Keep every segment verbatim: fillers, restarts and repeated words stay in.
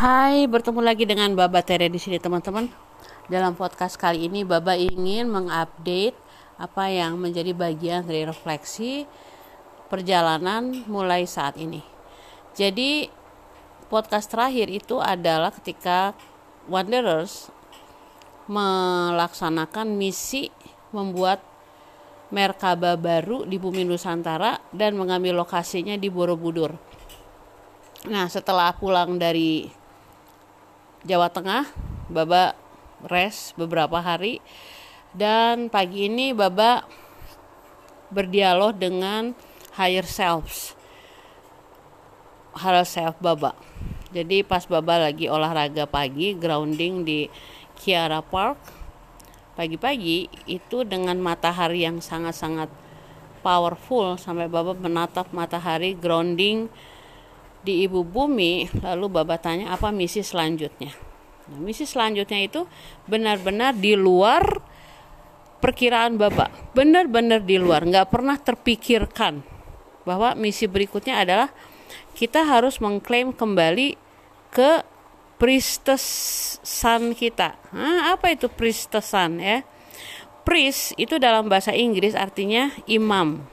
Hai, bertemu lagi dengan Baba Tere di sini teman-teman. Dalam podcast kali ini Baba ingin mengupdate apa yang menjadi bagian dari refleksi perjalanan mulai saat ini. Jadi podcast terakhir itu adalah ketika Wanderers melaksanakan misi membuat merkaba baru di bumi Nusantara dan mengambil lokasinya di Borobudur. Nah, setelah pulang dari Jawa Tengah, Baba rest beberapa hari, dan pagi ini Baba berdialog dengan higher selves, higher self Baba. Jadi pas Baba lagi olahraga pagi, grounding di Kiara Park, pagi-pagi itu dengan matahari yang sangat-sangat powerful, sampai Baba menatap matahari grounding di ibu bumi. Lalu Baba tanya apa misi selanjutnya. Nah, misi selanjutnya itu benar-benar di luar perkiraan Baba, benar-benar di luar, nggak pernah terpikirkan bahwa misi berikutnya adalah kita harus mengklaim kembali ke priestesan kita. Nah, apa itu priestesan ya? Priest itu dalam bahasa Inggris artinya imam,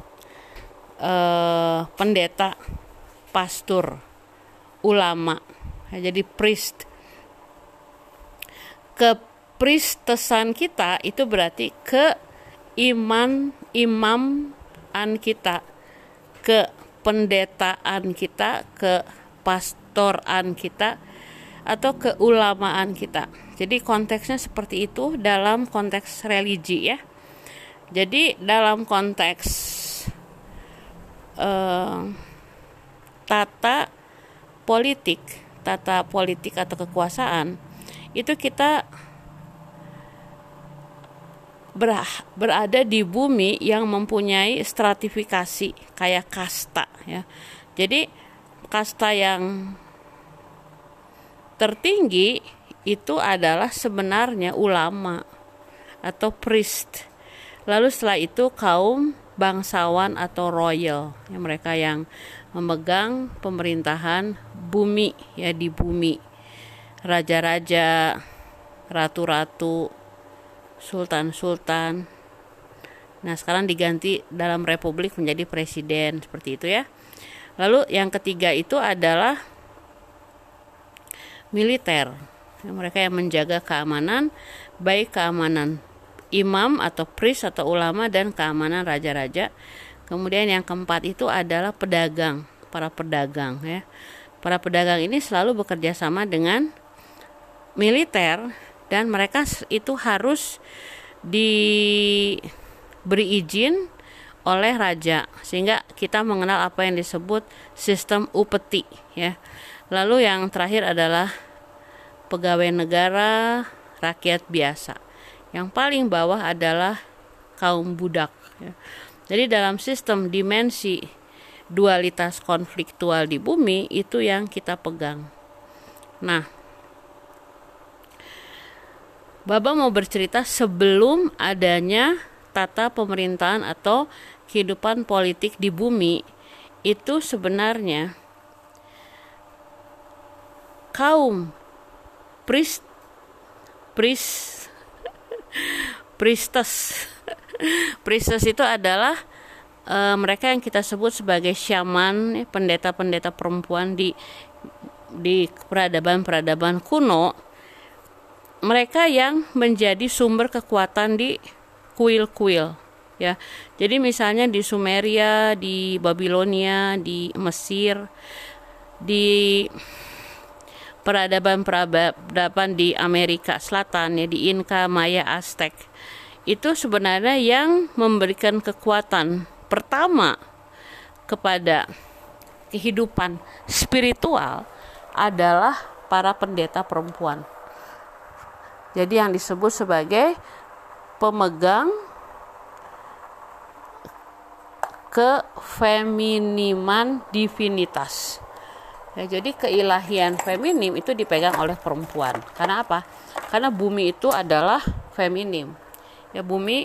eh, pendeta, pastor, ulama. Jadi priest. Kepriestesan kita itu berarti ke iman imaman kita, ke pendetaan kita, ke pastoran kita, atau keulamaan kita. Jadi konteksnya seperti itu dalam konteks religi ya. Jadi dalam konteks eh, tata politik, tata politik atau kekuasaan, itu kita berada di bumi yang mempunyai stratifikasi kayak kasta ya. Jadi kasta yang tertinggi itu adalah sebenarnya ulama atau priest. Lalu setelah itu kaum bangsawan atau royal, ya, mereka yang memegang pemerintahan bumi ya, di bumi, raja-raja, ratu-ratu, sultan-sultan. Nah, sekarang diganti dalam republik menjadi presiden, seperti itu ya. Lalu yang ketiga itu adalah militer, ya, mereka yang menjaga keamanan, baik keamanan imam atau priest atau ulama dan keamanan raja-raja. Kemudian yang keempat itu adalah pedagang, para pedagang ya. Para pedagang ini selalu bekerja sama dengan militer dan mereka itu harus diberi izin oleh raja, sehingga kita mengenal apa yang disebut sistem upeti ya. Lalu yang terakhir adalah pegawai negara, rakyat biasa. Yang paling bawah adalah kaum budak ya. Jadi dalam sistem dimensi dualitas konfliktual di bumi itu yang kita pegang. Nah, Baba mau bercerita sebelum adanya tata pemerintahan atau kehidupan politik di bumi, itu sebenarnya kaum priest priest priestess priestess itu adalah e, mereka yang kita sebut sebagai syaman, pendeta-pendeta perempuan di di peradaban-peradaban kuno. Mereka yang menjadi sumber kekuatan di kuil-kuil ya. Jadi misalnya di Sumeria, di Babilonia, di Mesir, di peradaban-peradaban di Amerika Selatan ya, di Inka, Maya, Aztec, itu sebenarnya yang memberikan kekuatan pertama kepada kehidupan spiritual adalah para pendeta perempuan. Jadi yang disebut sebagai pemegang kefeminiman divinitas. Ya, jadi keilahian feminim itu dipegang oleh perempuan. Karena apa? Karena bumi itu adalah feminim. Ya, bumi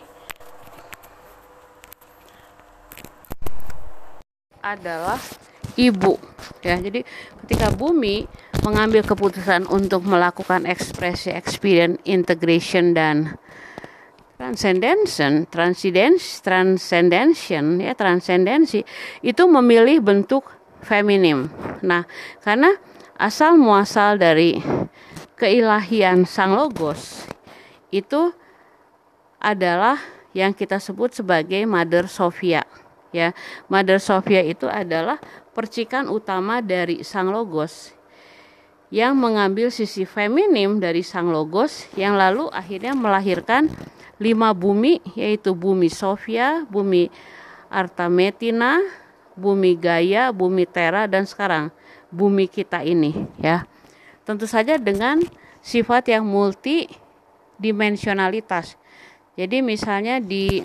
adalah ibu. Ya, jadi ketika bumi mengambil keputusan untuk melakukan ekspresi experience integration dan transcendention, transcendence, transcendention, ya transcendensi, itu memilih bentuk feminim. Nah, karena asal muasal dari keilahian Sang Logos itu adalah yang kita sebut sebagai Mother Sophia. Ya, Mother Sophia itu adalah percikan utama dari Sang Logos yang mengambil sisi feminim dari Sang Logos yang lalu akhirnya melahirkan lima bumi, yaitu bumi Sophia, bumi Artametina, bumi Gaia, bumi Terra, dan sekarang bumi kita ini, ya. Tentu saja dengan sifat yang multidimensionalitas. Jadi misalnya di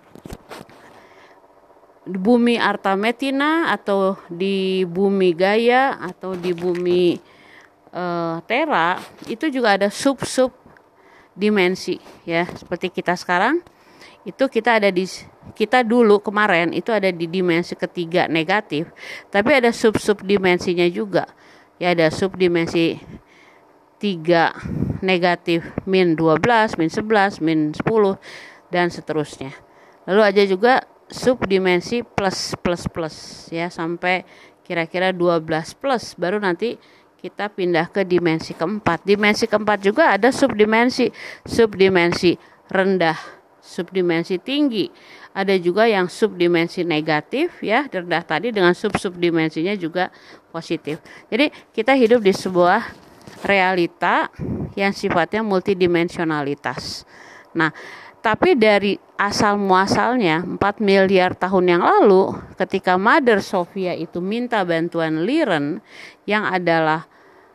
bumi Artametina atau di bumi Gaia atau di bumi uh, Terra itu juga ada sub-sub dimensi, ya, seperti kita sekarang itu kita ada di kita dulu kemarin itu ada di dimensi ketiga negatif, tapi ada sub-sub dimensinya juga, ya, ada sub dimensi tiga negatif min dua belas, min sebelas, min sepuluh dan seterusnya. Lalu ada juga sub dimensi plus plus plus, ya, sampai kira-kira dua belas plus, baru nanti kita pindah ke dimensi keempat. Dimensi keempat juga ada subdimensi, subdimensi rendah, subdimensi tinggi. Ada juga yang subdimensi negatif, ya, rendah tadi dengan sub-subdimensinya juga positif. Jadi kita hidup di sebuah realita yang sifatnya multidimensionalitas. Nah, tapi dari asal muasalnya empat miliar tahun yang lalu ketika Mother Sophia itu minta bantuan Liren yang adalah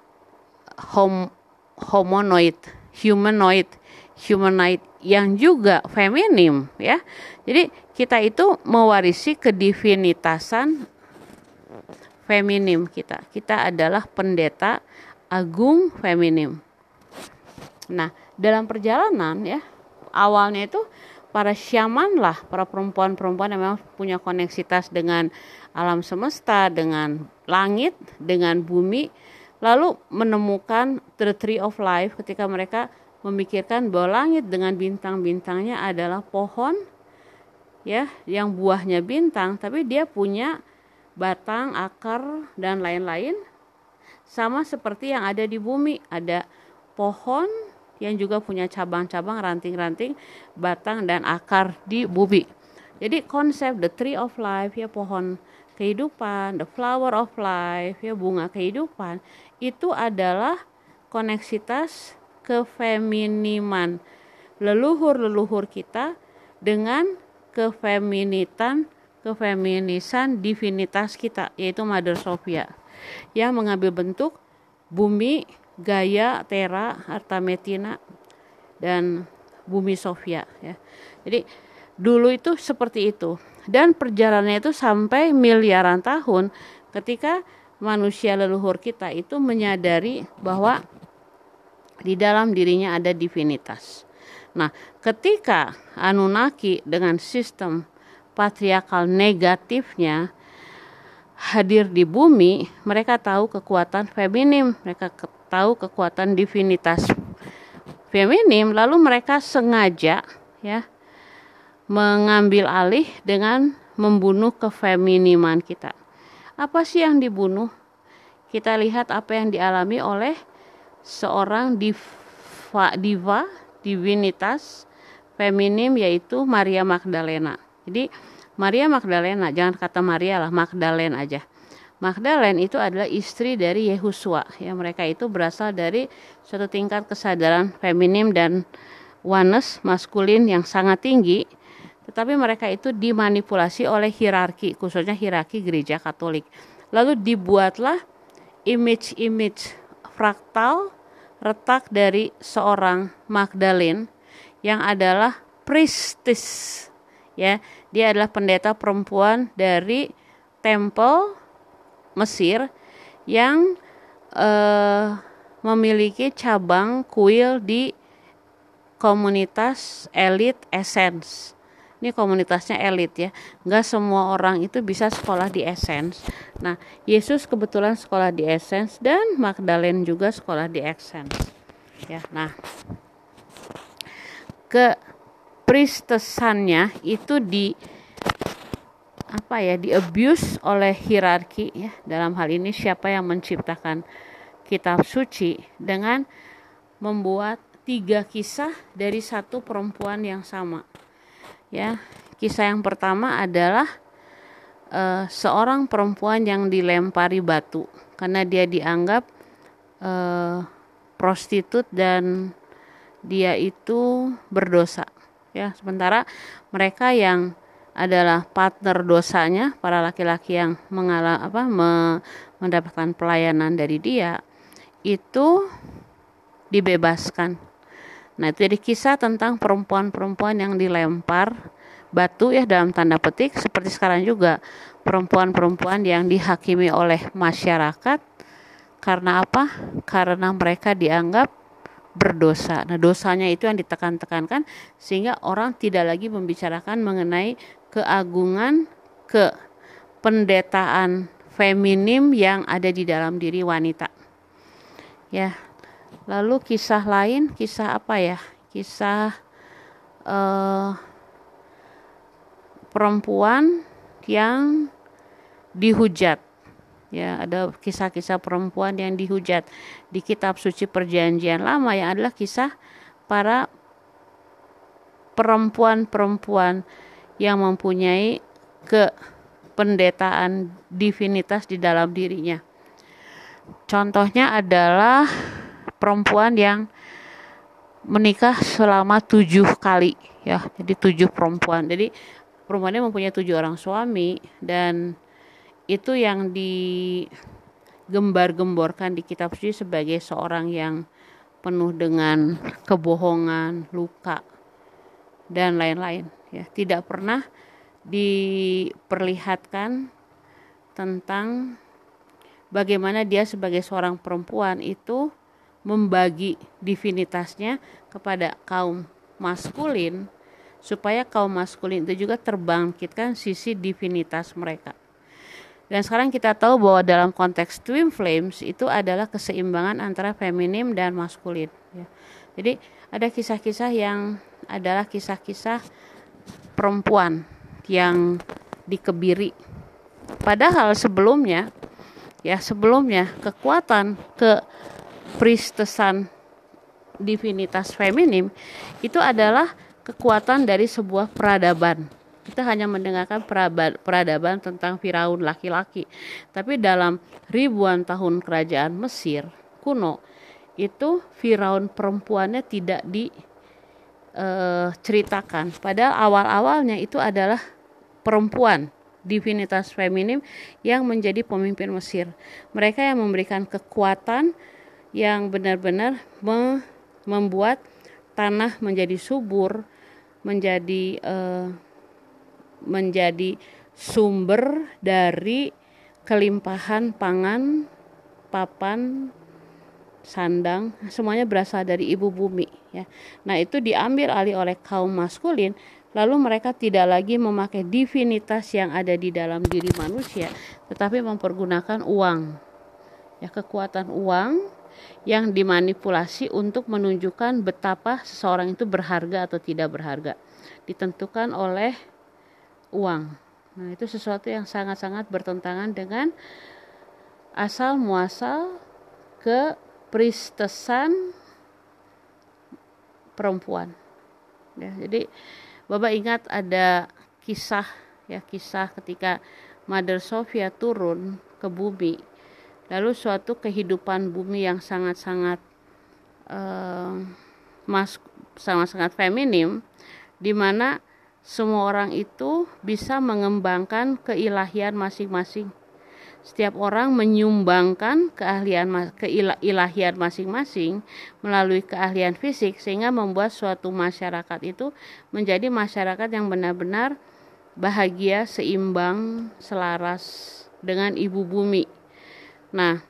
hom homonoid, humanoid, humanoid yang juga feminim, ya. Jadi kita itu mewarisi kedivinitasan feminim kita. Kita adalah pendeta agung feminim. Nah, dalam perjalanan, ya, awalnya itu para syaman lah, para perempuan-perempuan yang memang punya koneksitas dengan alam semesta, dengan langit, dengan bumi, lalu menemukan the tree of life ketika mereka memikirkan bahwa langit dengan bintang-bintangnya adalah pohon, ya, yang buahnya bintang, tapi dia punya batang, akar, dan lain-lain, sama seperti yang ada di bumi. Ada pohon yang juga punya cabang-cabang, ranting-ranting, batang, dan akar di bumi. Jadi konsep the tree of life, ya, pohon kehidupan, the flower of life, ya, bunga kehidupan, itu adalah koneksitas kefeminiman leluhur-leluhur kita dengan kefeminitan, kefeminisan divinitas kita, yaitu Mother Sophia, yang mengambil bentuk bumi, Gaia, Terra, Artametina, dan bumi Sophia, ya. Jadi dulu itu seperti itu, dan perjalanannya itu sampai miliaran tahun ketika manusia leluhur kita itu menyadari bahwa di dalam dirinya ada divinitas. Nah, ketika Anunnaki dengan sistem patriarkal negatifnya hadir di bumi, mereka tahu kekuatan feminim, mereka ke- tahu kekuatan divinitas feminim, lalu mereka sengaja, ya, mengambil alih dengan membunuh kefeminiman kita. Apa sih yang dibunuh? Kita lihat apa yang dialami oleh seorang diva, diva divinitas feminim, yaitu Maria Magdalena. Jadi Maria Magdalena, jangan kata Maria lah, Magdalene aja. Magdalene itu adalah istri dari Yehusua. Ya, mereka itu berasal dari suatu tingkat kesadaran feminim dan oneness maskulin yang sangat tinggi. Tetapi mereka itu dimanipulasi oleh hierarki, khususnya hierarki gereja Katolik. Lalu dibuatlah image-image fraktal retak dari seorang Magdalene yang adalah priestess, ya. Dia adalah pendeta perempuan dari tempel Mesir yang eh, memiliki cabang kuil di komunitas elit Essence. Ini komunitasnya elit ya. Nggak semua orang itu bisa sekolah di Essence. Nah, Yesus kebetulan sekolah di Essence dan Magdalene juga sekolah di Essence. Ya, nah ke priestesannya itu di apa ya di abuse oleh hierarki ya, dalam hal ini siapa yang menciptakan kitab suci dengan membuat tiga kisah dari satu perempuan yang sama ya. Kisah yang pertama adalah uh, seorang perempuan yang dilempari batu karena dia dianggap uh, prostitut dan dia itu berdosa ya, sementara mereka yang adalah partner dosanya, para laki-laki yang mengalami apa me, mendapatkan pelayanan dari dia itu dibebaskan. Nah, itu jadi kisah tentang perempuan-perempuan yang dilempar batu ya, dalam tanda petik, seperti sekarang juga perempuan-perempuan yang dihakimi oleh masyarakat karena apa? Karena mereka dianggap berdosa. Nah, dosanya itu yang ditekan-tekankan sehingga orang tidak lagi membicarakan mengenai keagungan, kependetaan feminim yang ada di dalam diri wanita. Ya. Lalu kisah lain, kisah apa ya? Kisah uh, perempuan yang dihujat. Ya, ada kisah-kisah perempuan yang dihujat di kitab suci Perjanjian Lama yang adalah kisah para perempuan-perempuan yang mempunyai kependetaan divinitas di dalam dirinya. Contohnya adalah perempuan yang menikah selama tujuh kali ya, jadi tujuh perempuan. Jadi perempuannya mempunyai tujuh orang suami dan itu yang digembar-gemborkan di kitab suci sebagai seorang yang penuh dengan kebohongan, luka dan lain-lain ya. Tidak pernah diperlihatkan tentang bagaimana dia sebagai seorang perempuan itu membagi divinitasnya kepada kaum maskulin supaya kaum maskulin itu juga terbangkitkan sisi divinitas mereka. Dan sekarang kita tahu bahwa dalam konteks twin flames itu adalah keseimbangan antara feminim dan maskulin ya. Jadi ada kisah-kisah yang adalah kisah-kisah perempuan yang dikebiri. Padahal sebelumnya ya sebelumnya kekuatan ke priestesan divinitas feminim itu adalah kekuatan dari sebuah peradaban. Kita hanya mendengarkan peradaban tentang Firaun laki-laki, tapi dalam ribuan tahun kerajaan Mesir kuno itu Firaun perempuannya tidak diceritakan. E, Padahal awal-awalnya itu adalah perempuan divinitas feminim yang menjadi pemimpin Mesir. Mereka yang memberikan kekuatan yang benar-benar me- membuat tanah menjadi subur, menjadi uh, menjadi sumber dari kelimpahan pangan, papan, sandang, semuanya berasal dari ibu bumi ya. Nah, itu diambil alih oleh kaum maskulin, lalu mereka tidak lagi memakai divinitas yang ada di dalam diri manusia, tetapi mempergunakan uang. Ya, kekuatan uang yang dimanipulasi untuk menunjukkan betapa seseorang itu berharga atau tidak berharga, ditentukan oleh uang. Nah, itu sesuatu yang sangat-sangat bertentangan dengan asal muasal ke priestesan perempuan. Ya, jadi Bapak ingat ada kisah ya kisah ketika Mother Sophia turun ke bumi, lalu suatu kehidupan bumi yang sangat-sangat uh, mas sangat-sangat feminim, di mana semua orang itu bisa mengembangkan keilahian masing-masing. Setiap orang menyumbangkan keahlian keilahian masing-masing melalui keahlian fisik, sehingga membuat suatu masyarakat itu menjadi masyarakat yang benar-benar bahagia, seimbang, selaras dengan ibu bumi. Nah,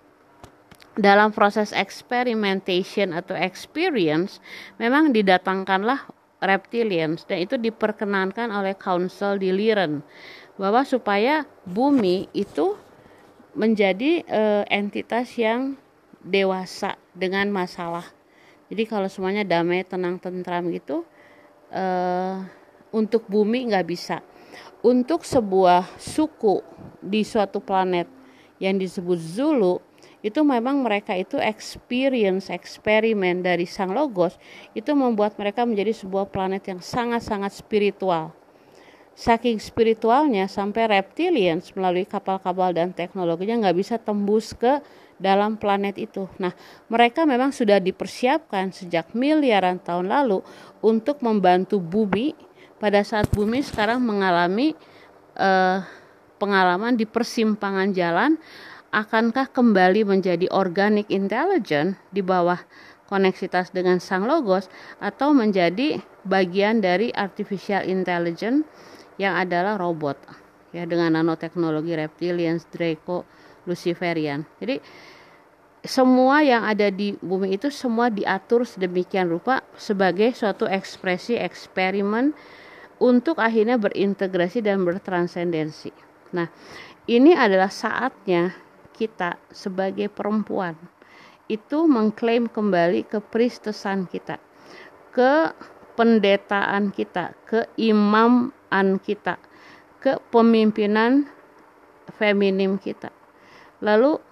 dalam proses experimentation atau experience memang didatangkanlah reptilians, dan itu diperkenankan oleh Council di Lyran bahwa supaya bumi itu menjadi uh, entitas yang dewasa dengan masalah. Jadi kalau semuanya damai, tenang, tentram gitu, uh, untuk bumi nggak bisa. Untuk sebuah suku di suatu planet yang disebut Zulu, itu memang mereka itu experience, eksperimen dari Sang Logos, itu membuat mereka menjadi sebuah planet yang sangat-sangat spiritual. Saking spiritualnya sampai reptilians melalui kapal-kapal dan teknologinya nggak bisa tembus ke dalam planet itu. Nah, mereka memang sudah dipersiapkan sejak miliaran tahun lalu untuk membantu bumi pada saat bumi sekarang mengalami eh, pengalaman di persimpangan jalan. Akankah kembali menjadi organic intelligence di bawah koneksitas dengan Sang Logos, atau menjadi bagian dari artificial intelligence yang adalah robot ya, dengan nanoteknologi reptilians, Draco, Luciferian. Jadi semua yang ada di bumi itu semua diatur sedemikian rupa sebagai suatu ekspresi eksperimen untuk akhirnya berintegrasi dan bertransendensi. Nah, ini adalah saatnya kita sebagai perempuan itu mengklaim kembali ke priestesan kita, ke pendetaan kita, ke imaman kita, ke pemimpinan feminim kita, lalu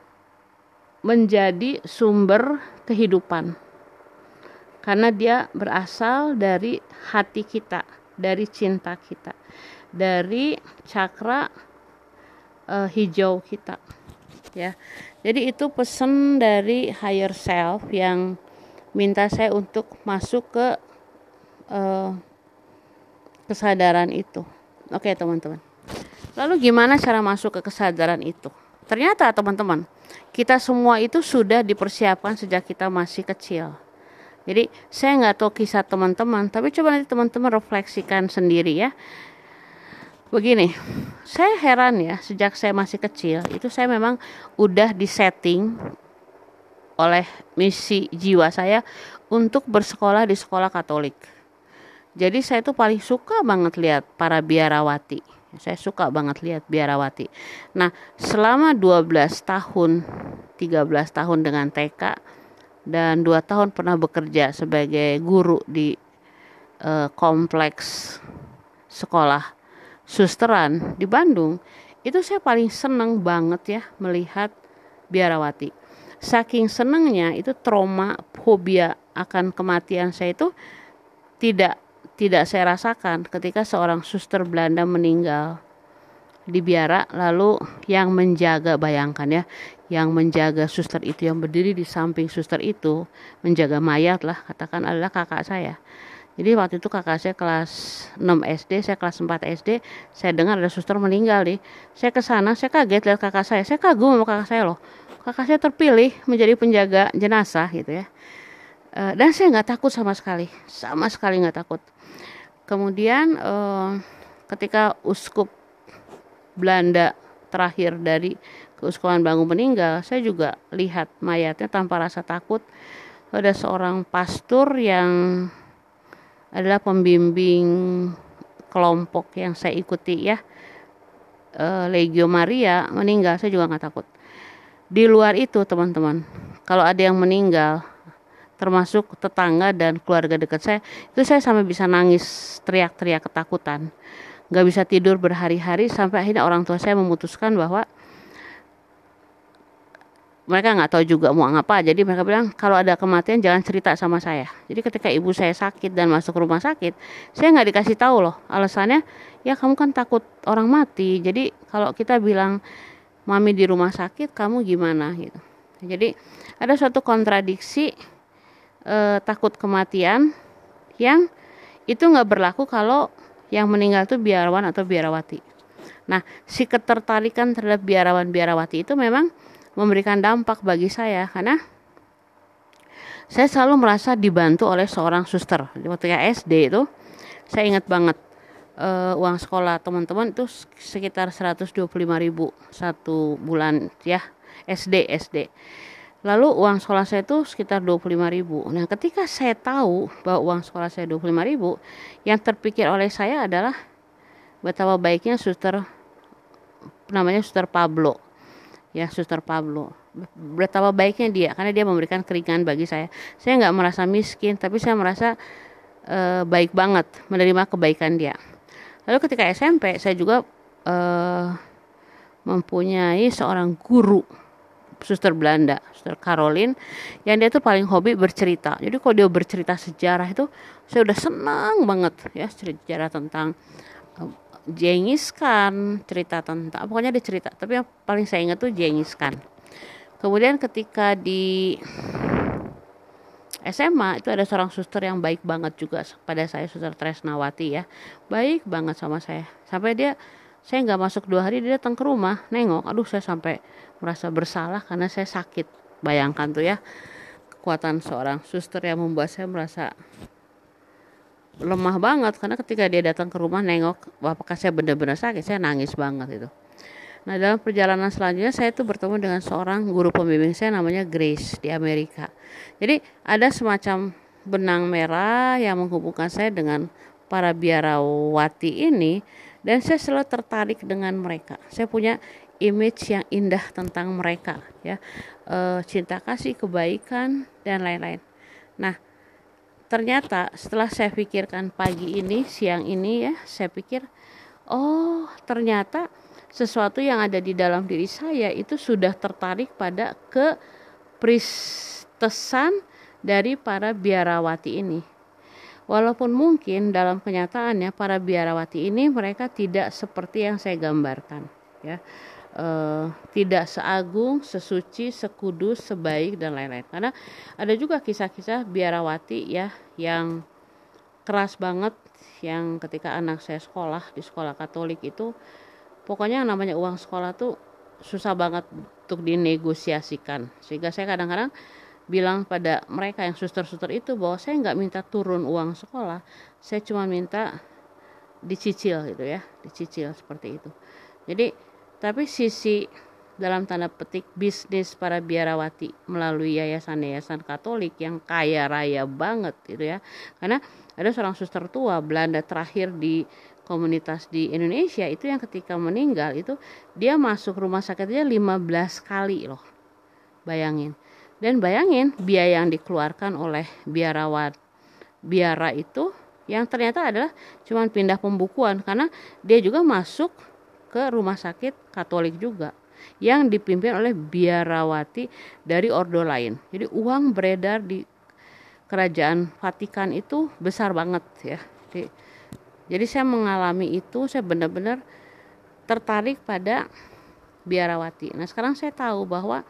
menjadi sumber kehidupan karena dia berasal dari hati kita, dari cinta kita, dari cakra uh, hijau kita ya. Jadi itu pesan dari higher self yang minta saya untuk masuk ke uh, kesadaran itu. Oke teman-teman, lalu gimana cara masuk ke kesadaran itu? Ternyata teman-teman, kita semua itu sudah dipersiapkan sejak kita masih kecil. Jadi saya nggak tahu kisah teman-teman, tapi coba nanti teman-teman refleksikan sendiri ya. Begini, saya heran ya, sejak saya masih kecil itu saya memang udah disetting oleh misi jiwa saya untuk bersekolah di sekolah Katolik. Jadi saya tuh paling suka banget lihat para biarawati. Saya suka banget lihat biarawati. Nah, selama dua belas tahun, tiga belas tahun dengan T K dan dua tahun pernah bekerja sebagai guru di eh, kompleks sekolah susteran di Bandung, itu saya paling seneng banget ya melihat biarawati. Saking senengnya itu trauma, fobia akan kematian saya itu tidak tidak saya rasakan ketika seorang suster Belanda meninggal di biara, lalu yang menjaga, bayangkan ya, yang menjaga suster itu, yang berdiri di samping suster itu menjaga mayat lah, katakan adalah kakak saya. Jadi waktu itu kakak saya kelas enam S D, saya kelas empat S D, saya dengar ada suster meninggal nih. Saya ke sana, saya kaget lihat kakak saya. Saya kagum sama kakak saya loh. Kakak saya terpilih menjadi penjaga jenazah gitu ya. E, dan saya nggak takut sama sekali, sama sekali nggak takut. Kemudian e, ketika uskup Belanda terakhir dari Keuskupan Bangu meninggal, saya juga lihat mayatnya tanpa rasa takut. Ada seorang pastor yang adalah pembimbing kelompok yang saya ikuti ya, e, Legio Maria, meninggal, saya juga nggak takut. Di luar itu teman-teman, kalau ada yang meninggal termasuk tetangga dan keluarga dekat saya, itu saya sampai bisa nangis teriak-teriak ketakutan, nggak bisa tidur berhari-hari, sampai akhirnya orang tua saya memutuskan bahwa mereka nggak tahu juga mau ngapa, jadi mereka bilang kalau ada kematian jangan cerita sama saya. Jadi ketika ibu saya sakit dan masuk rumah sakit, saya nggak dikasih tahu loh, alasannya ya kamu kan takut orang mati, jadi kalau kita bilang mami di rumah sakit kamu gimana gitu. Jadi ada suatu kontradiksi eh, takut kematian yang itu nggak berlaku kalau yang meninggal itu biarawan atau biarawati. Nah, si ketertarikan terhadap biarawan biarawati itu memang memberikan dampak bagi saya, karena saya selalu merasa dibantu oleh seorang suster. Waktu S D itu saya ingat banget, uh, uang sekolah teman-teman itu sekitar seratus dua puluh lima ribu satu bulan ya, S D S D. Lalu uang sekolah saya itu sekitar dua puluh lima ribu. Nah, ketika saya tahu bahwa uang sekolah saya dua puluh lima ribu, yang terpikir oleh saya adalah betapa baiknya suster, namanya Suster Pablo. Ya, Suster Pablo. Betapa baiknya dia, karena dia memberikan keringanan bagi saya. Saya nggak merasa miskin, tapi saya merasa e, baik banget menerima kebaikan dia. Lalu ketika S M P, saya juga e, mempunyai seorang guru, suster Belanda, Suster Caroline, yang dia tuh paling hobi bercerita. Jadi kalau dia bercerita sejarah itu saya udah senang banget ya, sejarah tentang uh, Genghis Khan, cerita tentang pokoknya dia cerita. Tapi yang paling saya ingat tuh Genghis Khan. Kemudian ketika di S M A itu ada seorang suster yang baik banget juga pada saya, Suster Tresnawati ya, baik banget sama saya. Sampai dia, saya nggak masuk dua hari dia datang ke rumah nengok. Aduh, saya sampai merasa bersalah karena saya sakit. Bayangkan tuh ya, kekuatan seorang suster yang membuat saya merasa lemah banget, karena ketika dia datang ke rumah nengok apakah saya benar-benar sakit, saya nangis banget itu. Nah, dalam perjalanan selanjutnya saya tuh bertemu dengan seorang guru pembimbing saya namanya Grace di Amerika. Jadi ada semacam benang merah yang menghubungkan saya dengan para biarawati ini, dan saya selalu tertarik dengan mereka. Saya punya image yang indah tentang mereka ya, e, cinta kasih, kebaikan dan lain-lain. Nah, ternyata setelah saya pikirkan pagi ini, siang ini ya, saya pikir oh ternyata sesuatu yang ada di dalam diri saya itu sudah tertarik pada kepristesan dari para biarawati ini. Walaupun mungkin dalam kenyataannya para biarawati ini mereka tidak seperti yang saya gambarkan ya. Uh, tidak seagung, sesuci, sekudus, sebaik dan lain-lain. Karena ada juga kisah-kisah biarawati ya yang keras banget, yang ketika anak saya sekolah di sekolah Katolik itu, pokoknya yang namanya uang sekolah tuh susah banget untuk dinegosiasikan. Sehingga saya kadang-kadang bilang pada mereka yang suster-suster itu bahwa saya nggak minta turun uang sekolah, saya cuma minta dicicil gitu ya, dicicil seperti itu. Jadi tapi sisi dalam tanda petik bisnis para biarawati melalui yayasan-yayasan Katolik yang kaya raya banget gitu ya. Karena ada seorang suster tua Belanda terakhir di komunitas di Indonesia itu yang ketika meninggal itu dia masuk rumah sakitnya lima belas kali loh. Bayangin. Dan bayangin biaya yang dikeluarkan oleh biarawat biara itu yang ternyata adalah cuma pindah pembukuan, karena dia juga masuk ke rumah sakit Katolik juga yang dipimpin oleh biarawati dari ordo lain. Jadi uang beredar di kerajaan Vatikan itu besar banget ya. Jadi, jadi saya mengalami itu, saya benar-benar tertarik pada biarawati. Nah, sekarang saya tahu bahwa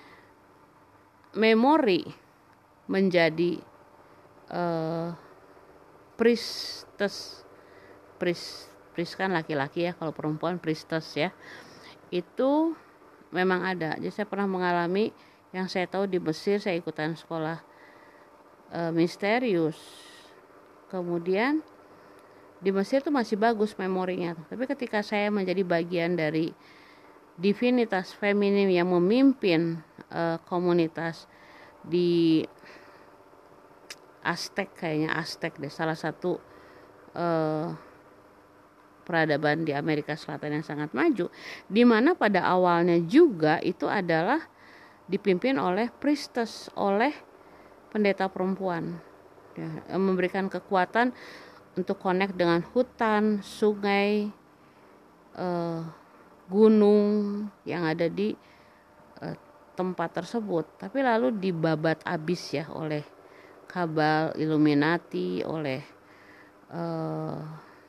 memori menjadi uh, priestess, priest priest kan laki-laki ya, kalau perempuan priestess ya, itu memang ada. Jadi saya pernah mengalami, yang saya tahu di Mesir saya ikutan sekolah e, misterius, kemudian di Mesir tuh masih bagus memorinya, tapi ketika saya menjadi bagian dari divinitas feminim yang memimpin e, komunitas di Aztec, kayaknya Aztec deh, salah satu e, peradaban di Amerika Selatan yang sangat maju, di mana pada awalnya juga itu adalah dipimpin oleh priestess, oleh pendeta perempuan ya, memberikan kekuatan untuk connect dengan hutan, sungai, eh, gunung yang ada di eh, tempat tersebut, tapi lalu dibabat abis ya oleh kabal Illuminati, oleh eh,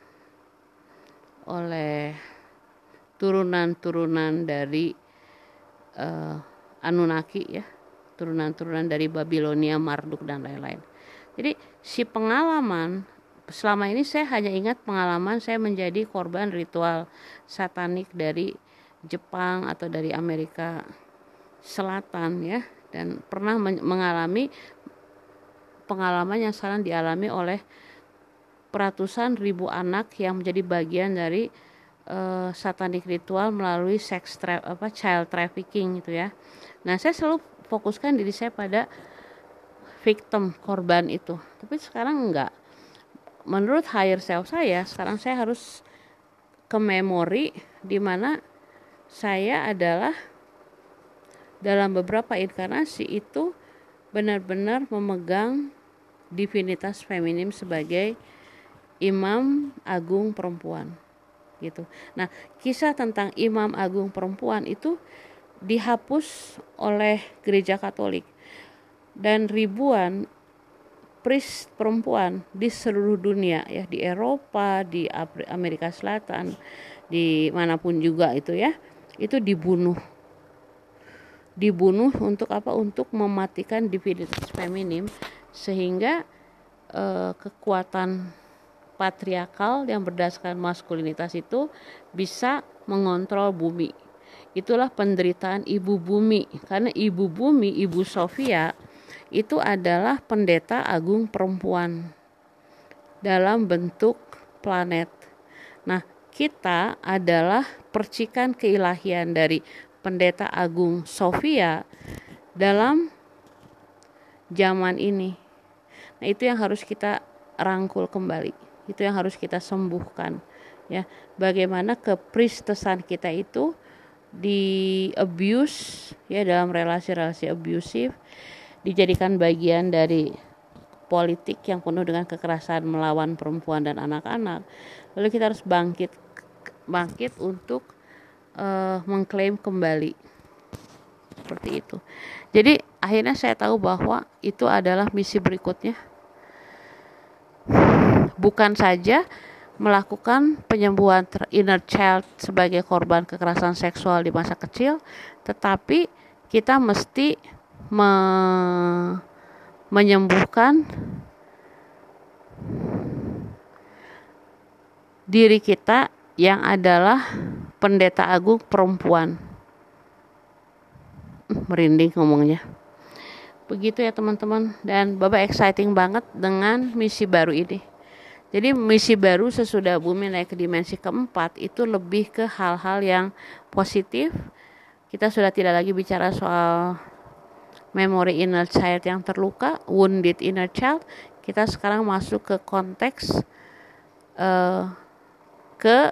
oleh turunan-turunan dari uh, Anunnaki ya, turunan-turunan dari Babilonia, Marduk dan lain-lain. Jadi si pengalaman selama ini saya hanya ingat pengalaman saya menjadi korban ritual satanik dari Jepang atau dari Amerika Selatan ya, dan pernah mengalami pengalaman yang sekarang dialami oleh ratusan ribu anak yang menjadi bagian dari uh, satanik ritual melalui sex tra- apa child trafficking gitu ya. Nah, saya selalu memfokuskan diri saya pada victim, korban itu. Tapi sekarang enggak. Menurut higher self saya, sekarang saya harus ke memori di mana saya adalah dalam beberapa inkarnasi itu benar-benar memegang divinitas feminim sebagai imam agung perempuan gitu. Nah, kisah tentang imam agung perempuan itu dihapus oleh gereja Katolik dan ribuan priest perempuan di seluruh dunia ya, di Eropa, di Amerika Selatan, di manapun juga itu ya, itu dibunuh. Dibunuh untuk apa? Untuk mematikan divinitas feminim sehingga eh, kekuatan patriarkal yang berdasarkan maskulinitas itu bisa mengontrol bumi. Itulah penderitaan ibu bumi, karena ibu bumi, Ibu Sofia itu adalah pendeta agung perempuan dalam bentuk planet. Nah, kita adalah percikan keilahian dari pendeta agung Sofia dalam zaman ini. Nah, itu yang harus kita rangkul kembali. Itu yang harus kita sembuhkan ya. Bagaimana kepriestesan kita itu di abuse ya, dalam relasi-relasi abusif, dijadikan bagian dari politik yang penuh dengan kekerasan melawan perempuan dan anak-anak. Lalu kita harus bangkit bangkit untuk uh, mengklaim kembali seperti itu. Jadi akhirnya saya tahu bahwa itu adalah misi berikutnya, bukan saja melakukan penyembuhan inner child sebagai korban kekerasan seksual di masa kecil, tetapi kita mesti me- menyembuhkan diri kita yang adalah pendeta agung perempuan. Merinding ngomongnya. Begitu ya teman-teman, dan Baba exciting banget dengan misi baru ini. Jadi misi baru sesudah bumi naik ke dimensi keempat itu lebih ke hal-hal yang positif. Kita sudah tidak lagi bicara soal memory inner child yang terluka, wounded inner child. Kita sekarang masuk ke konteks uh, ke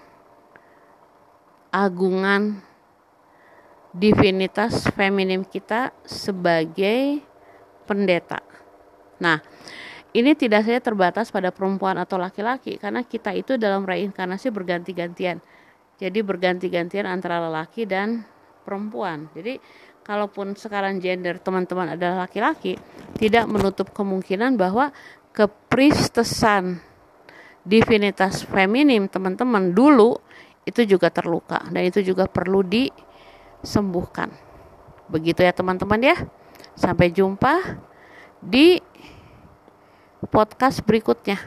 agungan divinitas feminim kita sebagai pendeta. Nah, ini tidak saja terbatas pada perempuan atau laki-laki, karena kita itu dalam reinkarnasi berganti-gantian. Jadi berganti-gantian antara lelaki dan perempuan. Jadi kalaupun sekarang gender teman-teman adalah laki-laki, tidak menutup kemungkinan bahwa kepriestesan divinitas feminim teman-teman dulu itu juga terluka, dan itu juga perlu disembuhkan. Begitu ya teman-teman ya. Sampai jumpa di podcast berikutnya.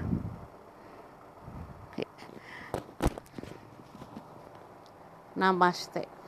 Namaste.